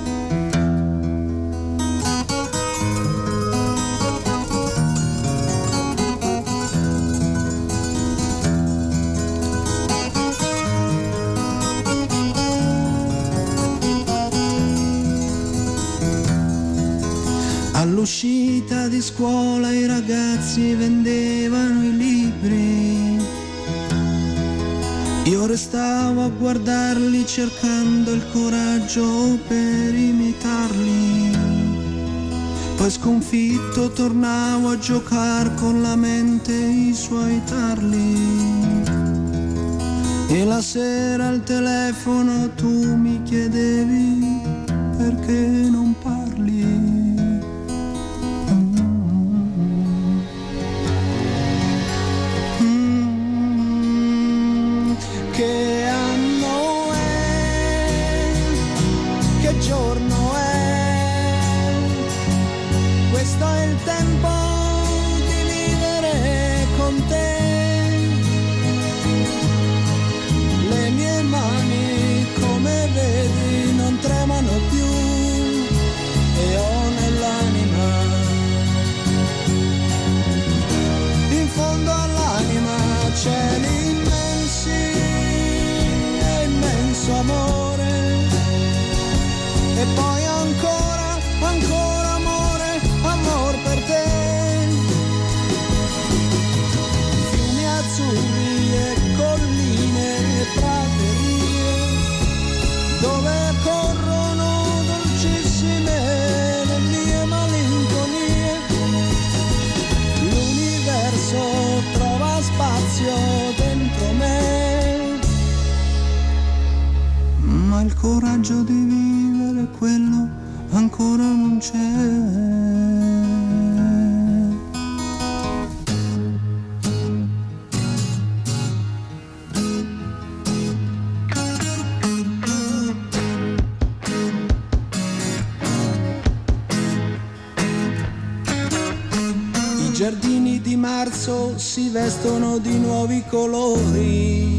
All'uscita di scuola i ragazzi vendevano i libri. Io restavo a guardarli cercando il coraggio per imitarli. Poi sconfitto tornavo a giocare con la mente i suoi tarli. E la sera al telefono tu mi chiedevi perché non parli. Che anno è? Che giorno è? Questo è il tempo di vivere con te. Le mie mani, come vedi, non tremano più e ho nell'anima, in fondo all'anima cieli amore e poi ancora, ancora amore, amor per te. Fiumi azzurri e colline e praterie dove corrono dolcissime le mie malinconie. L'universo trova spazio dentro me, ma il coraggio di vivere quello ancora non c'è. I giardini di marzo si vestono di nuovi colori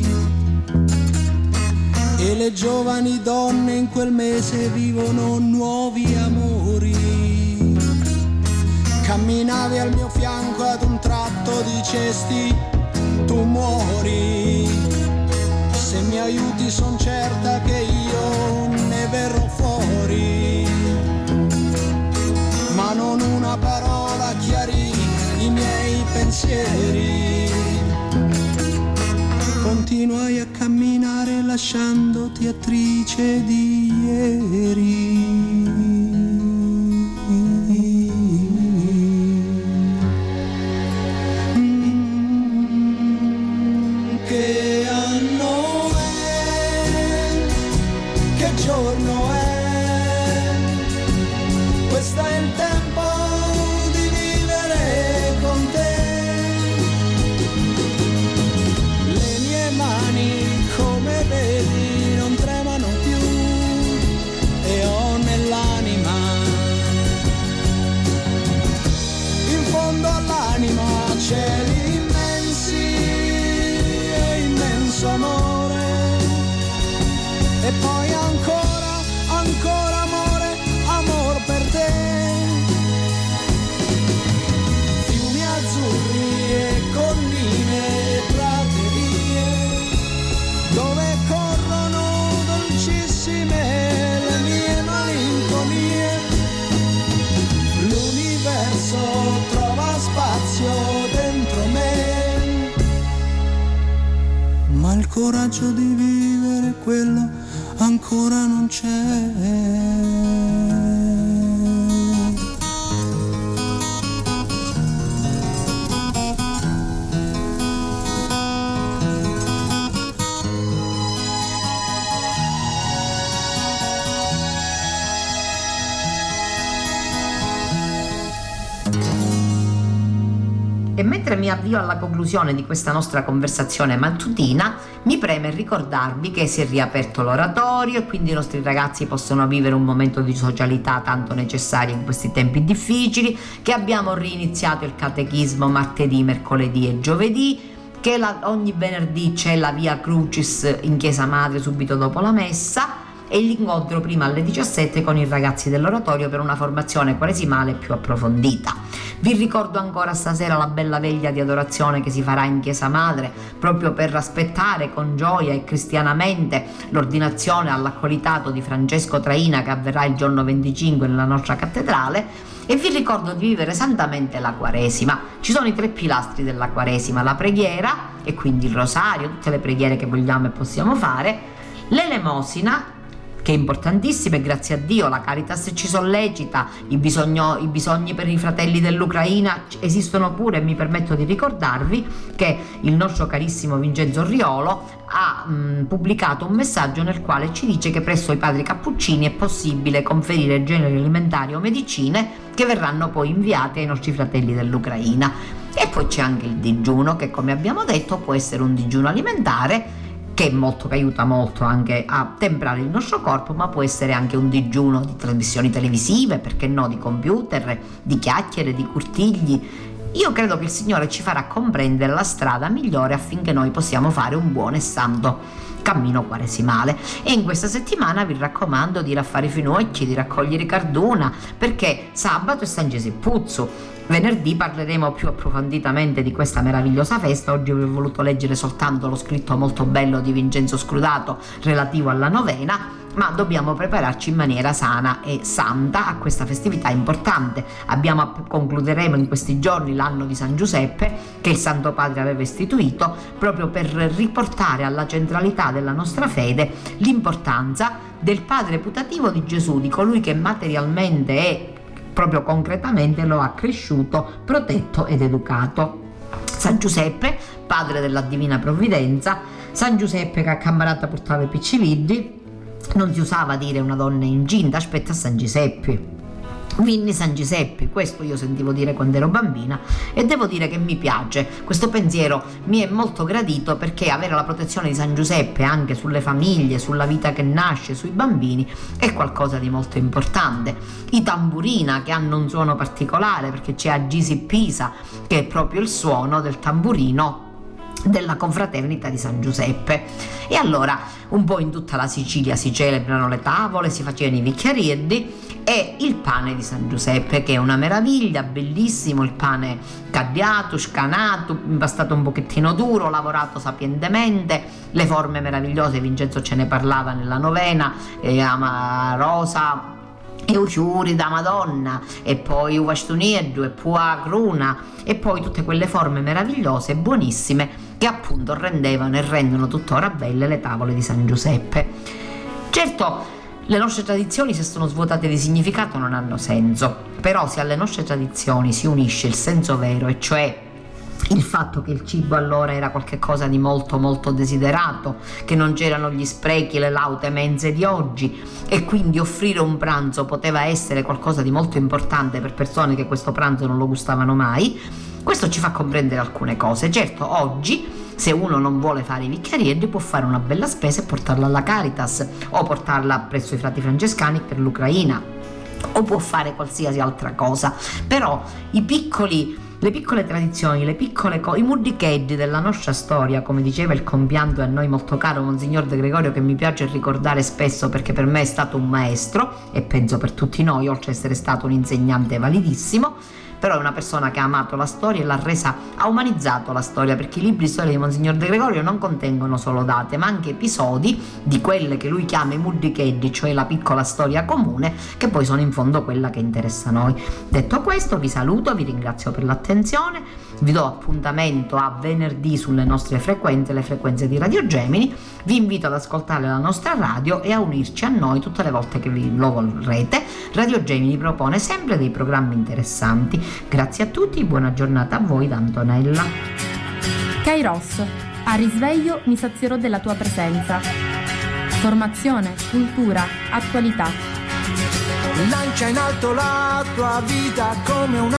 e le giovani donne in quel mese vivono nuovi amori. Camminavi al mio fianco, ad un tratto dicesti tu muori. Se mi aiuti son certa che io ne verrò fuori. Ma non una parola chiarì i miei pensieri. Continuai a camminare lasciandoti attrice di ieri. Che anno è? Che giorno è? Questo è il tempo di vivere con te. Come vedi non tremano più e ho nell'anima, in fondo all'anima cieli immensi e immenso amore e poi ancora, ancora amore, amor per te. Fiumi azzurri e colline coraggio di vivere, quello ancora non c'è. E mentre mi avvio alla conclusione di questa nostra conversazione mattutina, mi preme ricordarvi che si è riaperto l'oratorio e quindi i nostri ragazzi possono vivere un momento di socialità tanto necessario in questi tempi difficili, che abbiamo riniziato il catechismo martedì, mercoledì e giovedì, che ogni venerdì c'è la Via Crucis in Chiesa Madre subito dopo la messa, e l'incontro prima alle 17 con i ragazzi dell'oratorio per una formazione quaresimale più approfondita. Vi ricordo ancora stasera la bella veglia di adorazione che si farà in Chiesa Madre, proprio per aspettare con gioia e cristianamente l'ordinazione all'accolitato di Francesco Traina, che avverrà il giorno 25 nella nostra cattedrale. E vi ricordo di vivere santamente la Quaresima. Ci sono i 3 pilastri della Quaresima: la preghiera, e quindi il rosario, tutte le preghiere che vogliamo e possiamo fare, l'elemosina, che è importantissima, e grazie a Dio la Caritas ci sollecita, i bisogni per i fratelli dell'Ucraina esistono pure. E mi permetto di ricordarvi che il nostro carissimo Vincenzo Riolo ha pubblicato un messaggio nel quale ci dice che presso i padri cappuccini è possibile conferire generi alimentari o medicine che verranno poi inviate ai nostri fratelli dell'Ucraina. E poi c'è anche il digiuno, che come abbiamo detto può essere un digiuno alimentare che aiuta molto anche a temprare il nostro corpo, ma può essere anche un digiuno di trasmissioni televisive, perché no, di computer, di chiacchiere, di cortigli. Io credo che il Signore ci farà comprendere la strada migliore affinché noi possiamo fare un buon e santo cammino quaresimale. E in questa settimana vi raccomando di raffare i finocchi, di raccogliere i carduna, perché sabato è San Gesepuzzu. Venerdì parleremo più approfonditamente di questa meravigliosa festa. Oggi vi ho voluto leggere soltanto lo scritto molto bello di Vincenzo Scrutato relativo alla novena, ma dobbiamo prepararci in maniera sana e santa a questa festività importante. Concluderemo in questi giorni l'anno di San Giuseppe, che il Santo Padre aveva istituito proprio per riportare alla centralità della nostra fede l'importanza del padre putativo di Gesù, di colui che materialmente e proprio concretamente lo ha cresciuto, protetto ed educato. San Giuseppe, padre della divina provvidenza, San Giuseppe che a Cammarata portava i piccividdi. Non si usava dire una donna incinta, aspetta San Giuseppe. Vinni San Giuseppe, questo io sentivo dire quando ero bambina, e devo dire che mi piace, questo pensiero mi è molto gradito, perché avere la protezione di San Giuseppe anche sulle famiglie, sulla vita che nasce, sui bambini, è qualcosa di molto importante. I tamburina, che hanno un suono particolare, perché c'è Agisi Pisa, che è proprio il suono del tamburino della confraternita di San Giuseppe. E allora un po' in tutta la Sicilia si celebrano le tavole, si facevano i vicchiareddi e il pane di San Giuseppe, che è una meraviglia, bellissimo, il pane caddiato, scanato, impastato un pochettino duro, lavorato sapientemente, le forme meravigliose. Vincenzo ce ne parlava nella novena, ama rosa e uciuri da Madonna, e poi uvastunieddu e pua cruna, e poi tutte quelle forme meravigliose e buonissime che appunto rendevano e rendono tuttora belle le tavole di San Giuseppe. Certo, le nostre tradizioni, se sono svuotate di significato, non hanno senso, però se alle nostre tradizioni si unisce il senso vero, e cioè il fatto che il cibo allora era qualcosa di molto molto desiderato, che non c'erano gli sprechi e le laute mense di oggi, e quindi offrire un pranzo poteva essere qualcosa di molto importante per persone che questo pranzo non lo gustavano mai, questo ci fa comprendere alcune cose. Certo, oggi se uno non vuole fare i vicchiareddi può fare una bella spesa e portarla alla Caritas, o portarla presso i frati francescani per l'Ucraina, o può fare qualsiasi altra cosa. Però le piccole tradizioni, i muddicheddi della nostra storia, come diceva il compianto e a noi molto caro Monsignor De Gregorio, che mi piace ricordare spesso perché per me è stato un maestro, e penso per tutti noi, oltre ad essere stato un insegnante validissimo, però è una persona che ha amato la storia e ha umanizzato la storia, perché i libri di storia di Monsignor De Gregorio non contengono solo date, ma anche episodi di quelle che lui chiama i muddicheddi, cioè la piccola storia comune, che poi sono in fondo quella che interessa a noi. Detto questo, vi saluto, vi ringrazio per l'attenzione vi do appuntamento a venerdì sulle nostre frequenze, le frequenze di Radio Gemini. Vi invito ad ascoltare la nostra radio e a unirci a noi tutte le volte che lo vorrete. Radio Gemini propone sempre dei programmi interessanti. Grazie a tutti, buona giornata a voi da Antonella. Kairos, a risveglio mi sazierò della tua presenza. Formazione, cultura, attualità. Lancia in alto la tua vita come un